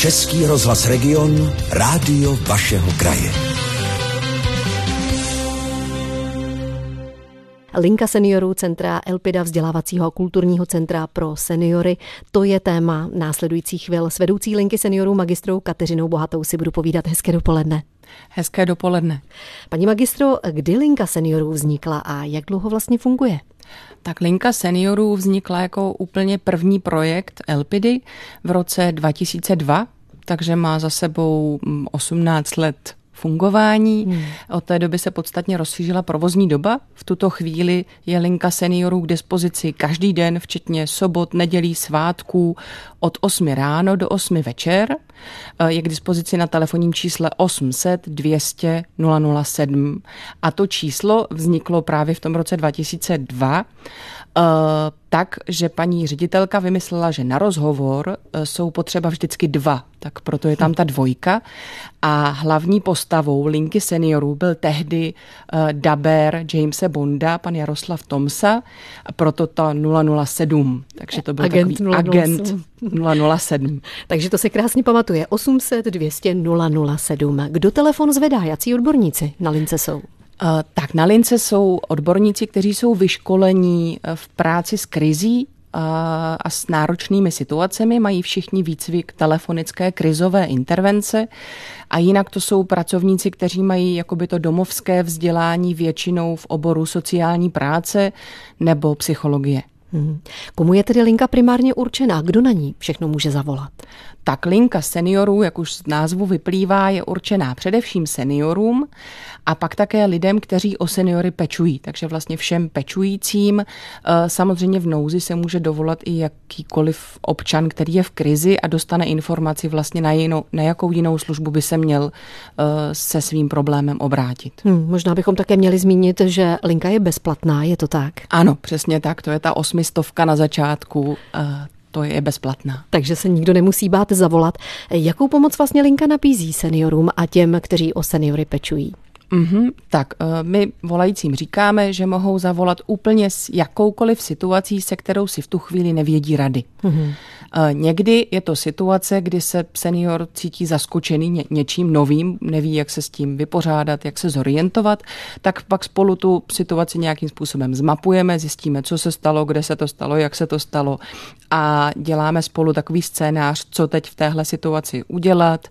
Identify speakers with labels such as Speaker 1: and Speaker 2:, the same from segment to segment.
Speaker 1: Český rozhlas Region, rádio vašeho kraje.
Speaker 2: Linka seniorů Centra Elpida, vzdělávacího a kulturního centra pro seniory. To je téma následujících chvil. S vedoucí linky seniorů magistrou Kateřinou Bohatou si budu povídat. Hezké dopoledne.
Speaker 3: Hezké dopoledne.
Speaker 2: Paní magistro, kdy linka seniorů vznikla a jak dlouho vlastně funguje?
Speaker 3: Tak linka seniorů vznikla jako úplně první projekt Elpidy v roce 2002, takže má za sebou 18 let fungování. Od té doby se podstatně rozšířila provozní doba. V tuto chvíli je linka seniorů k dispozici každý den, včetně sobot, nedělí, svátků od 8 ráno do 8 večer. Je k dispozici na telefonním čísle 800 200 007. A to číslo vzniklo právě v tom roce 2002, tak, že paní ředitelka vymyslela, že na rozhovor jsou potřeba vždycky 2, tak proto je tam ta 2. A hlavní postavou linky seniorů byl tehdy dabér Jamese Bonda, pan Jaroslav Tomsa, a proto ta 007. Takže to byl
Speaker 2: agent
Speaker 3: takový
Speaker 2: 007.
Speaker 3: agent 007.
Speaker 2: Takže to se krásně pamatuje. 800 200 007. Kdo telefon zvedá? Jací odborníci na lince jsou?
Speaker 3: Tak na lince jsou odborníci, kteří jsou vyškolení v práci s krizí a s náročnými situacemi, mají všichni výcvik telefonické krizové intervence a jinak to jsou pracovníci, kteří mají jakoby to domovské vzdělání většinou v oboru sociální práce nebo psychologie.
Speaker 2: Komu je tedy linka primárně určená? Kdo na ní všechno může zavolat?
Speaker 3: Tak linka seniorů, jak už z názvu vyplývá, je určená především seniorům a pak také lidem, kteří o seniory pečují. Takže vlastně všem pečujícím. Samozřejmě v nouzi se může dovolat i jakýkoliv občan, který je v krizi a dostane informaci vlastně na jakou jinou službu by se měl se svým problémem obrátit.
Speaker 2: Možná bychom také měli zmínit, že linka je bezplatná, je to tak?
Speaker 3: Ano, přesně tak. To je ta 800 na začátku. To je bezplatná.
Speaker 2: Takže se nikdo nemusí bát zavolat. Jakou pomoc vlastně linka nabízí seniorům a těm, kteří o seniory pečují?
Speaker 3: Tak my volajícím říkáme, že mohou zavolat úplně s jakoukoliv situací, se kterou si v tu chvíli nevědí rady. Někdy je to situace, kdy se senior cítí zaskočený něčím novým, neví, jak se s tím vypořádat, jak se zorientovat, tak pak spolu tu situaci nějakým způsobem zmapujeme, zjistíme, co se stalo, kde se to stalo, jak se to stalo a děláme spolu takový scénář, co teď v téhle situaci udělat,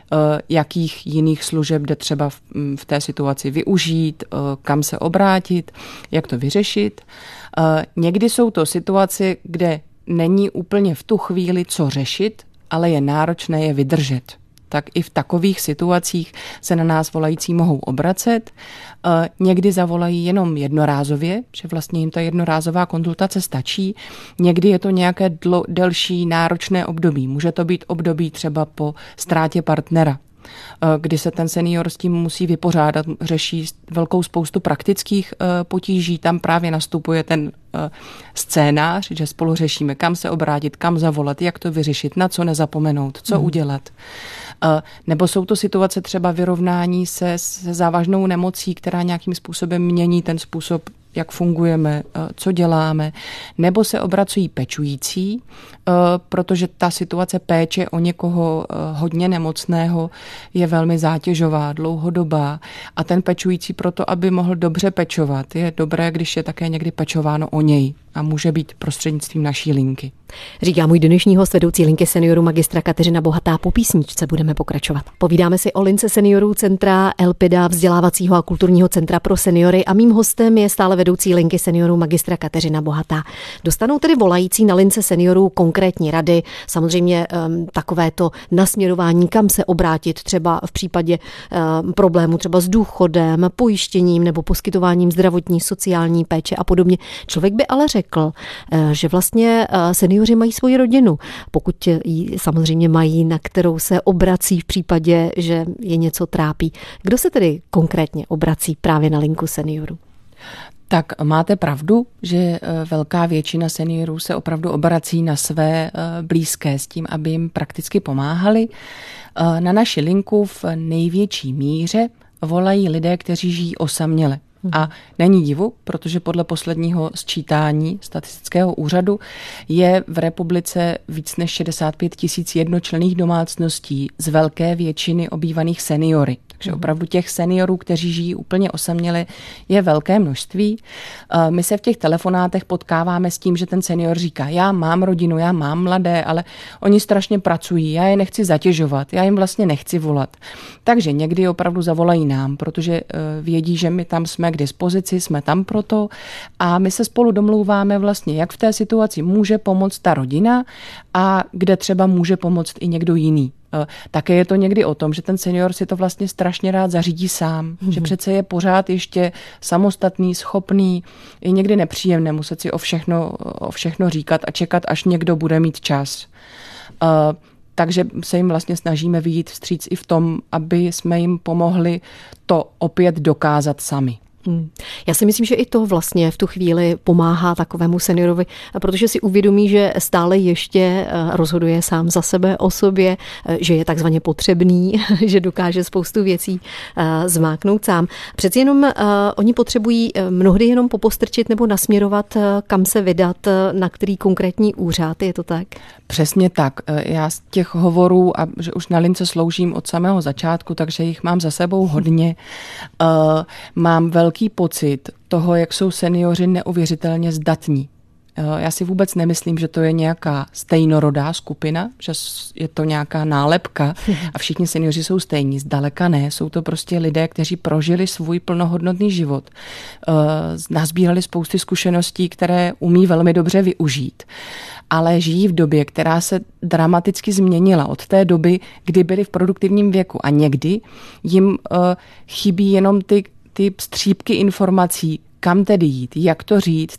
Speaker 3: jakých jiných služeb jde třeba v té situaci využít, kam se obrátit, jak to vyřešit. Někdy jsou to situace, kde není úplně v tu chvíli co řešit, ale je náročné je vydržet. Tak i v takových situacích se na nás volající mohou obracet. Někdy zavolají jenom jednorázově, že vlastně jim ta jednorázová konzultace stačí. Někdy je to nějaké delší náročné období. Může to být období třeba po ztrátě partnera, kdy se ten senior s tím musí vypořádat, řeší velkou spoustu praktických potíží, tam právě nastupuje ten scénář, že spolu řešíme, kam se obrátit, kam zavolat, jak to vyřešit, na co nezapomenout, co udělat. Nebo jsou to situace třeba vyrovnání se závažnou nemocí, která nějakým způsobem mění ten způsob, jak fungujeme, co děláme, nebo se obracují pečující, protože ta situace péče o někoho hodně nemocného je velmi zátěžová, dlouhodobá a ten pečující proto, aby mohl dobře pečovat, je dobré, když je také někdy pečováno o něj a může být prostřednictvím naší linky.
Speaker 2: Říká můj dnešní host, vedoucí linky seniorů magistra Kateřina Bohatá. Po písničce budeme pokračovat. Povídáme si o lince seniorů Centra Elpida, vzdělávacího a kulturního centra pro seniory a mým hostem je stále vedoucí linky seniorů magistra Kateřina Bohatá. Dostanou tedy volající na lince seniorů konkrétní rady, samozřejmě takovéto nasměrování, kam se obrátit třeba v případě problému třeba s důchodem, pojištěním nebo poskytováním zdravotní, sociální péče a podobně. Člověk by ale řekl, že vlastně seniori mají svoji rodinu, pokud ji samozřejmě mají, na kterou se obrací v případě, že je něco trápí. Kdo se tedy konkrétně obrací právě na linku seniorů?
Speaker 3: Tak máte pravdu, že velká většina seniorů se opravdu obrací na své blízké s tím, aby jim prakticky pomáhali. Na naši linku v největší míře volají lidé, kteří žijí osaměle. A není divu, protože podle posledního sčítání statistického úřadu je v republice víc než 65 000 jednočlenných domácností, z velké většiny obývaných seniory. Takže opravdu těch seniorů, kteří žijí úplně osaměle, je velké množství. My se v těch telefonátech potkáváme s tím, že ten senior říká, já mám rodinu, já mám mladé, ale oni strašně pracují, já je nechci zatěžovat, já jim vlastně nechci volat. Takže někdy opravdu zavolají nám, protože vědí, že my tam jsme k dispozici, jsme tam proto a my se spolu domlouváme vlastně, jak v té situaci může pomoct ta rodina a kde třeba může pomoct i někdo jiný. Také je to někdy o tom, že ten senior si to vlastně strašně rád zařídí sám, že přece je pořád ještě samostatný, schopný, je někdy nepříjemné muset si o všechno říkat a čekat, až někdo bude mít čas. Takže se jim vlastně snažíme vyjít vstříc i v tom, aby jsme jim pomohli to opět dokázat sami.
Speaker 2: Já si myslím, že i to vlastně v tu chvíli pomáhá takovému seniorovi, protože si uvědomí, že stále ještě rozhoduje sám za sebe o sobě, že je takzvaně potřebný, že dokáže spoustu věcí zmáknout sám. Přeci jenom oni potřebují mnohdy jenom popostrčit nebo nasměrovat, kam se vydat, na který konkrétní úřad, je to tak?
Speaker 3: Přesně tak. Já z těch hovorů, a že už na lince sloužím od samého začátku, takže jich mám za sebou hodně, mám velký pocit toho, jak jsou seniori neuvěřitelně zdatní. Já si vůbec nemyslím, že to je nějaká stejnorodá skupina, že je to nějaká nálepka a všichni seniori jsou stejní. Zdaleka ne, jsou to prostě lidé, kteří prožili svůj plnohodnotný život. Nazbírali spousty zkušeností, které umí velmi dobře využít. Ale žijí v době, která se dramaticky změnila od té doby, kdy byli v produktivním věku. A někdy jim chybí jenom ty střípky informací, kam tedy jít, jak to říct,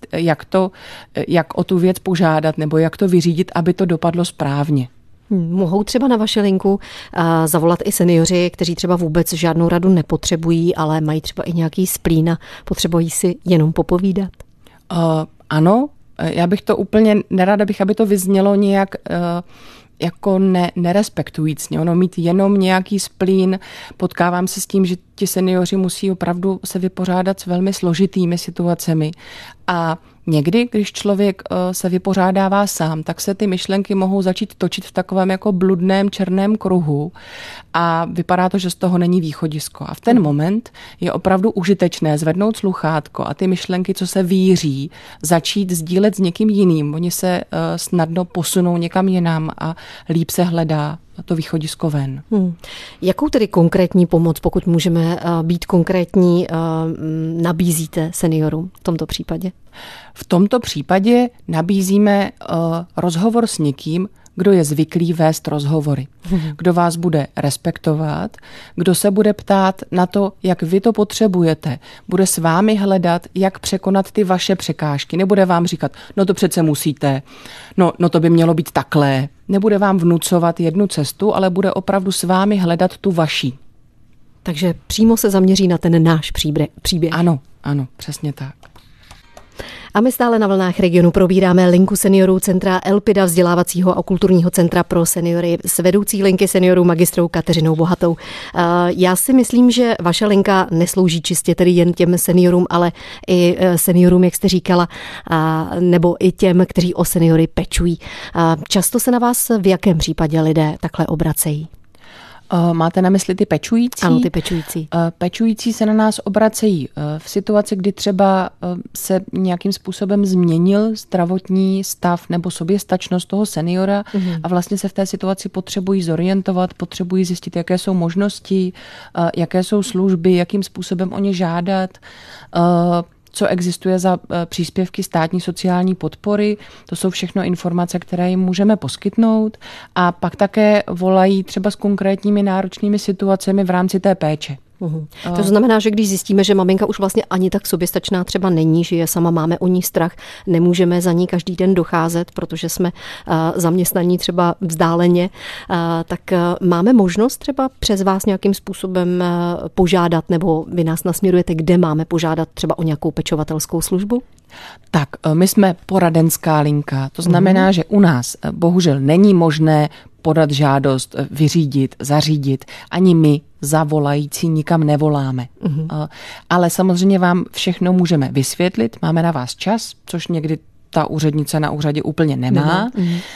Speaker 3: jak o tu věc požádat nebo jak to vyřídit, aby to dopadlo správně.
Speaker 2: Mohou třeba na vaši linku zavolat i seniori, kteří třeba vůbec žádnou radu nepotřebují, ale mají třeba i nějaký splín a potřebují si jenom popovídat?
Speaker 3: Ano, já bych to úplně nerada, aby to vyznělo nějak jako nerespektujícně. Ono mít jenom nějaký splín, potkávám se s tím, že ti seniori musí opravdu se vypořádat s velmi složitými situacemi. A někdy, když člověk se vypořádává sám, tak se ty myšlenky mohou začít točit v takovém jako bludném černém kruhu a vypadá to, že z toho není východisko. A v ten moment je opravdu užitečné zvednout sluchátko a ty myšlenky, co se víří, začít sdílet s někým jiným. Oni se snadno posunou někam jinam a líp se hledá to východisko ven.
Speaker 2: Jakou tedy konkrétní pomoc, pokud můžeme být konkrétní, nabízíte seniorům v tomto případě?
Speaker 3: V tomto případě nabízíme rozhovor s někým, kdo je zvyklý vést rozhovory, kdo vás bude respektovat, kdo se bude ptát na to, jak vy to potřebujete, bude s vámi hledat, jak překonat ty vaše překážky, nebude vám říkat, no to přece musíte, no to by mělo být takhle, nebude vám vnucovat jednu cestu, ale bude opravdu s vámi hledat tu vaší.
Speaker 2: Takže přímo se zaměří na ten náš příběh.
Speaker 3: Ano, přesně tak.
Speaker 2: A my stále na vlnách regionu probíráme linku seniorů Centra Elpida, vzdělávacího a kulturního centra pro seniory, s vedoucí linky seniorů magistrou Kateřinou Bohatou. Já si myslím, že vaše linka neslouží čistě tedy jen těm seniorům, ale i seniorům, jak jste říkala, nebo i těm, kteří o seniory pečují. Často se na vás v jakém případě lidé takhle obracejí?
Speaker 3: Máte na mysli ty pečující?
Speaker 2: Ano, ty pečující.
Speaker 3: Pečující se na nás obracejí v situaci, kdy třeba se nějakým způsobem změnil zdravotní stav nebo soběstačnost toho seniora a vlastně se v té situaci potřebují zorientovat, potřebují zjistit, jaké jsou možnosti, jaké jsou služby, jakým způsobem o ně žádat, co existuje za příspěvky státní sociální podpory. To jsou všechno informace, které jim můžeme poskytnout. A pak také volají třeba s konkrétními náročnými situacemi v rámci té péče.
Speaker 2: To znamená, že když zjistíme, že maminka už vlastně ani tak soběstačná třeba není, že je sama, máme o ní strach, nemůžeme za ní každý den docházet, protože jsme zaměstnaní třeba vzdáleně, tak máme možnost třeba přes vás nějakým způsobem požádat, nebo vy nás nasměrujete, kde máme požádat třeba o nějakou pečovatelskou službu?
Speaker 3: Tak, my jsme poradenská linka. To znamená, že u nás bohužel není možné podat žádost, vyřídit, zařídit. Ani my zavolající nikam nevoláme. Ale samozřejmě vám všechno můžeme vysvětlit, máme na vás čas, což někdy ta úřednice na úřadě úplně nemá.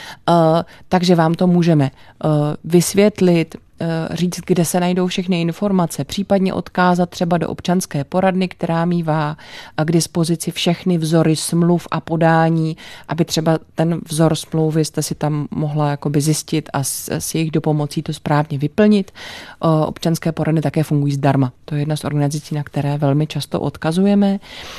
Speaker 3: Takže vám to můžeme vysvětlit, říct, kde se najdou všechny informace, případně odkázat třeba do občanské poradny, která mívá k dispozici všechny vzory smluv a podání, aby třeba ten vzor smlouvy jste si tam mohla jakoby zjistit a s jejich dopomocí to správně vyplnit. Občanské poradny také fungují zdarma. To je jedna z organizací, na které velmi často odkazujeme.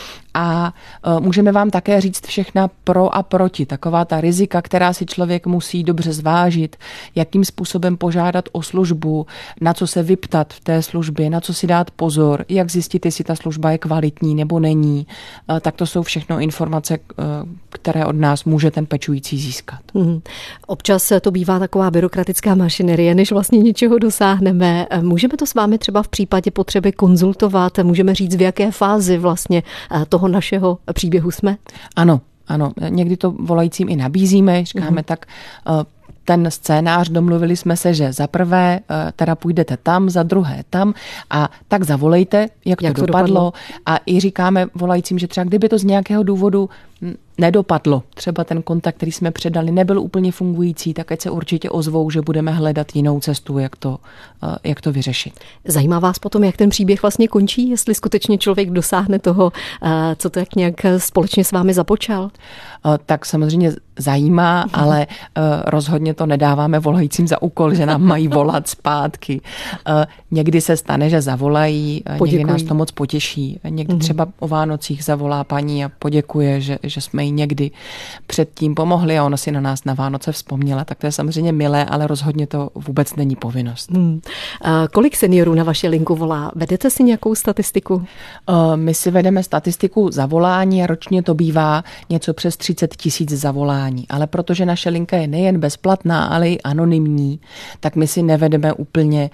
Speaker 3: A můžeme vám také říct všechna pro a proti, taková ta rizika, která si člověk musí dobře zvážit, jakým způsobem požádat o službu, na co se vyptat v té službě, na co si dát pozor, jak zjistit, jestli ta služba je kvalitní nebo není. Tak to jsou všechno informace, které od nás může ten pečující získat.
Speaker 2: Občas to bývá taková byrokratická mašinerie, než vlastně něčeho dosáhneme. Můžeme to s vámi třeba v případě potřeby konzultovat, můžeme říct, v jaké fázi vlastně toho našeho příběhu jsme?
Speaker 3: Ano. Někdy to volajícím i nabízíme, říkáme tak, ten scénář, domluvili jsme se, že za prvé teda půjdete tam, za druhé tam a tak zavolejte, jak to dopadlo. A i říkáme volajícím, že třeba kdyby to z nějakého důvodu nedopadlo, třeba ten kontakt, který jsme předali, nebyl úplně fungující, tak ať se určitě ozvou, že budeme hledat jinou cestu, jak to vyřešit.
Speaker 2: Zajímá vás potom, jak ten příběh vlastně končí, jestli skutečně člověk dosáhne toho, co to jak nějak společně s vámi započal?
Speaker 3: Tak samozřejmě zajímá, ale rozhodně to nedáváme volajícím za úkol, že nám mají volat zpátky. Někdy se stane, že zavolají, někdy nás to moc potěší. Někdy třeba o Vánocích zavolá paní a poděkuje, že jsme jí někdy předtím pomohli a ona si na nás na Vánoce vzpomněla. Tak to je samozřejmě milé, ale rozhodně to vůbec není povinnost.
Speaker 2: Kolik seniorů na vaši linku volá? Vedete si nějakou statistiku?
Speaker 3: My si vedeme statistiku zavolání a ročně to bývá něco přes 30 000 zavolání. Ale protože naše linka je nejen bezplatná, ale i anonymní, tak my si nevedeme úplně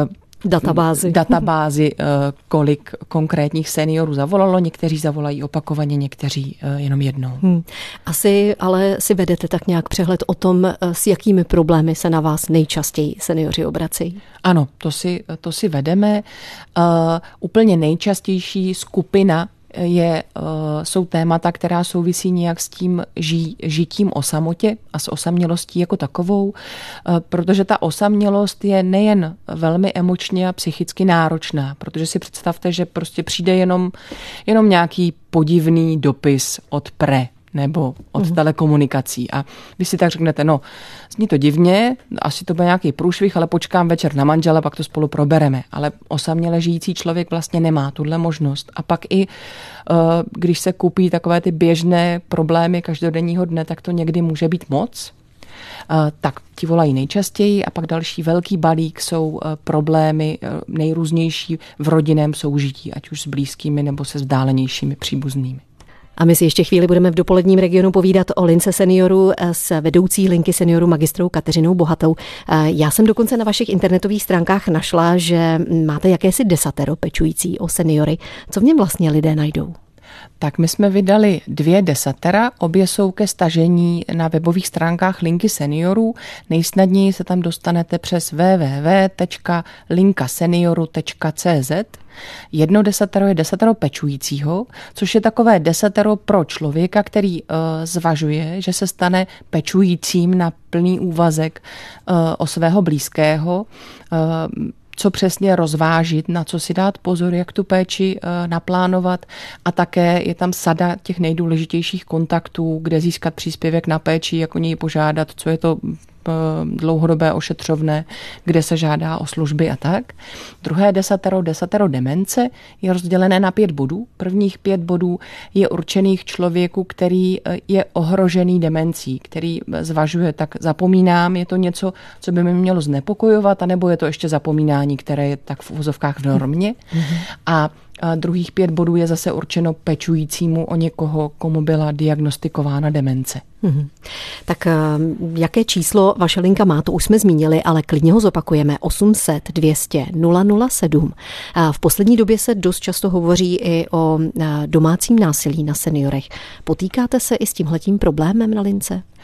Speaker 3: databázi, kolik konkrétních seniorů zavolalo. Někteří zavolají opakovaně, někteří jenom jednou.
Speaker 2: Asi ale si vedete tak nějak přehled o tom, s jakými problémy se na vás nejčastěji seniori obracejí.
Speaker 3: Ano, to si vedeme. Úplně nejčastější skupina jsou témata, která souvisí nějak s tím žitím o samotě a s osamělostí jako takovou, protože ta osamělost je nejen velmi emočně a psychicky náročná, protože si představte, že prostě přijde jenom nějaký podivný dopis od nebo od telekomunikací. A vy si tak řeknete, zní to divně, asi to bude nějaký průšvih, ale počkám večer na manžele, pak to spolu probereme. Ale osaměle žijící člověk vlastně nemá tuhle možnost. A pak i, když se kupí takové ty běžné problémy každodenního dne, tak to někdy může být moc. Tak ti volají nejčastěji a pak další velký balík jsou problémy nejrůznější v rodinném soužití, ať už s blízkými nebo se vzdálenějšími příbuznými.
Speaker 2: A my si ještě chvíli budeme v dopoledním regionu povídat o lince seniorů s vedoucí linky seniorů magistrou Kateřinou Bohatou. Já jsem dokonce na vašich internetových stránkách našla, že máte jakési desatero pečující o seniory. Co v něm vlastně lidé najdou?
Speaker 3: Tak my jsme vydali 2 desatera, obě jsou ke stažení na webových stránkách linky seniorů. Nejsnadněji se tam dostanete přes www.linkasenioru.cz. Jedno desatero je desatero pečujícího, což je takové desatero pro člověka, který zvažuje, že se stane pečujícím na plný úvazek o svého blízkého, co přesně rozvážit, na co si dát pozor, jak tu péči naplánovat a také je tam sada těch nejdůležitějších kontaktů, kde získat příspěvek na péči, jak o něj požádat, co je to dlouhodobé ošetřovné, kde se žádá o služby a tak. Druhé desatero demence, je rozdělené na 5 bodů. Prvních 5 bodů je určených člověku, který je ohrožený demencí, který zvažuje, tak zapomínám, je to něco, co by mě mělo znepokojovat, anebo je to ještě zapomínání, které je tak v uvozovkách v normě. A druhých 5 bodů je zase určeno pečujícímu o někoho, komu byla diagnostikována demence.
Speaker 2: Tak jaké číslo vaše linka má, to už jsme zmínili, ale klidně ho zopakujeme. 800 200 007. V poslední době se dost často hovoří i o domácím násilí na seniorech. Potýkáte se i s tímhletím problémem na lince?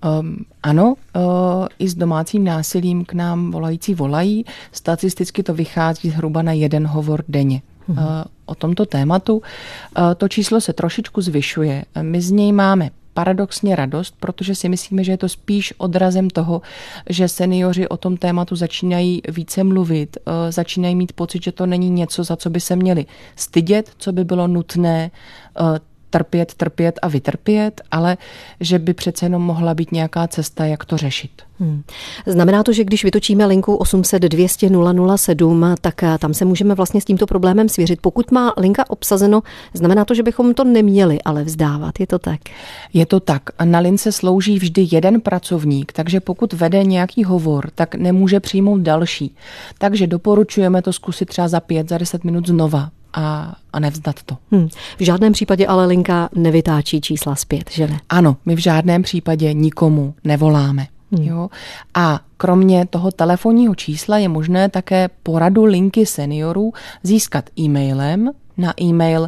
Speaker 3: Ano, i s domácím násilím k nám volající volají. Statisticky to vychází zhruba na 1 hovor denně. O tomto tématu. To číslo se trošičku zvyšuje. My z něj máme paradoxně radost, protože si myslíme, že je to spíš odrazem toho, že seniori o tom tématu začínají více mluvit, začínají mít pocit, že to není něco, za co by se měli stydět, co by bylo nutné trpět a vytrpět, ale že by přece jenom mohla být nějaká cesta, jak to řešit.
Speaker 2: Znamená to, že když vytočíme linku 800 200 007, tak tam se můžeme vlastně s tímto problémem svěřit. Pokud má linka obsazeno, znamená to, že bychom to neměli ale vzdávat. Je to tak?
Speaker 3: Je to tak. Na lince slouží vždy jeden pracovník, takže pokud vede nějaký hovor, tak nemůže přijmout další. Takže doporučujeme to zkusit třeba za 5, za 10 minut znova. A nevzdat to.
Speaker 2: V žádném případě ale linka nevytáčí čísla zpět, že ne?
Speaker 3: Ano, my v žádném případě nikomu nevoláme. Jo? A kromě toho telefonního čísla je možné také poradu linky seniorů získat e-mailem na e-mail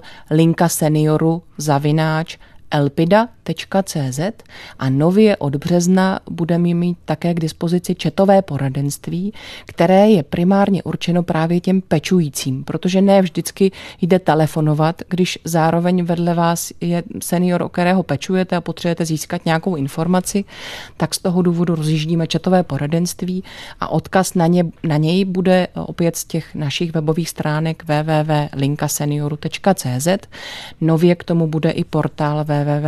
Speaker 3: linkaseniorů@elpida.cz a nově od března budeme mít také k dispozici chatové poradenství, které je primárně určeno právě těm pečujícím, protože ne vždycky jde telefonovat, když zároveň vedle vás je senior, o kterého pečujete a potřebujete získat nějakou informaci, tak z toho důvodu rozjíždíme chatové poradenství a odkaz na něj bude opět z těch našich webových stránek www.linkaseniorů.cz. Nově k tomu bude i portál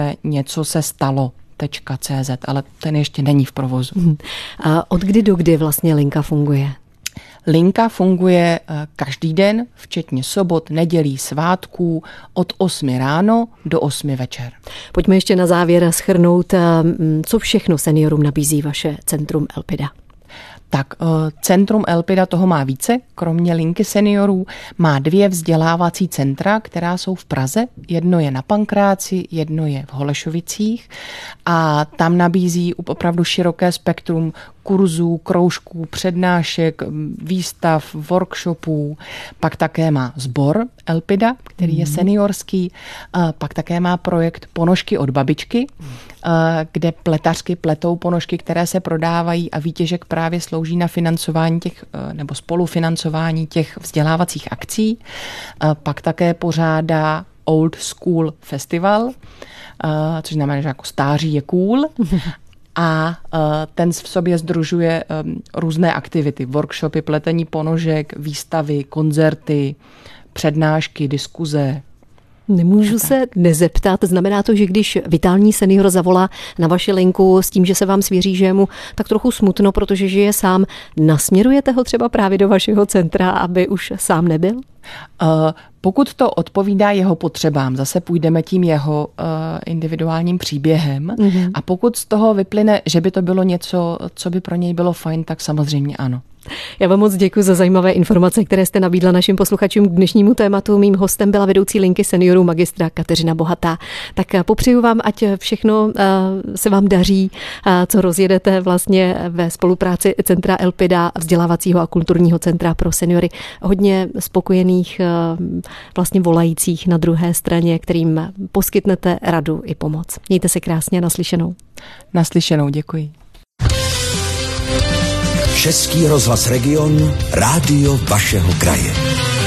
Speaker 3: www.něcosestalo.cz, ale ten ještě není v provozu.
Speaker 2: A od kdy do kdy vlastně linka funguje?
Speaker 3: Linka funguje každý den, včetně sobot, nedělí, svátků, od 8 ráno do 8 večer.
Speaker 2: Pojďme ještě na závěr shrnout, co všechno seniorům nabízí vaše Centrum Elpida.
Speaker 3: Tak Centrum Elpida toho má více, kromě linky seniorů má 2 vzdělávací centra, která jsou v Praze. Jedno je na Pankráci, jedno je v Holešovicích a tam nabízí opravdu široké spektrum kurzů, kroužků, přednášek, výstav, workshopů. Pak také má sbor Elpida, který je seniorský. Pak také má projekt Ponožky od babičky, kde pletařky pletou ponožky, které se prodávají a výtěžek právě slouží na financování těch, nebo spolufinancování těch vzdělávacích akcí. Pak také pořádá Old School Festival, což znamená, že jako stáří je cool. A ten v sobě sdružuje různé aktivity, workshopy, pletení ponožek, výstavy, koncerty, přednášky, diskuze.
Speaker 2: Nemůžu se nezeptat, znamená to, že když vitální senior zavolá na vaši linku s tím, že se vám svěří, že je mu tak trochu smutno, protože žije sám, nasměrujete ho třeba právě do vašeho centra, aby už sám nebyl?
Speaker 3: Pokud to odpovídá jeho potřebám, zase půjdeme tím jeho individuálním příběhem a pokud z toho vyplyne, že by to bylo něco, co by pro něj bylo fajn, tak samozřejmě ano.
Speaker 2: Já vám moc děkuji za zajímavé informace, které jste nabídla našim posluchačům k dnešnímu tématu. Mým hostem byla vedoucí linky seniorů magistra Kateřina Bohatá. Tak popřeju vám, ať všechno se vám daří, co rozjedete vlastně ve spolupráci Centra Elpida, vzdělávacího a kulturního centra pro seniory. Hodně spokojených vlastně volajících na druhé straně, kterým poskytnete radu i pomoc. Mějte se krásně, naslyšenou.
Speaker 3: Naslyšenou, děkuji.
Speaker 1: Český rozhlas Region, rádio vašeho kraje.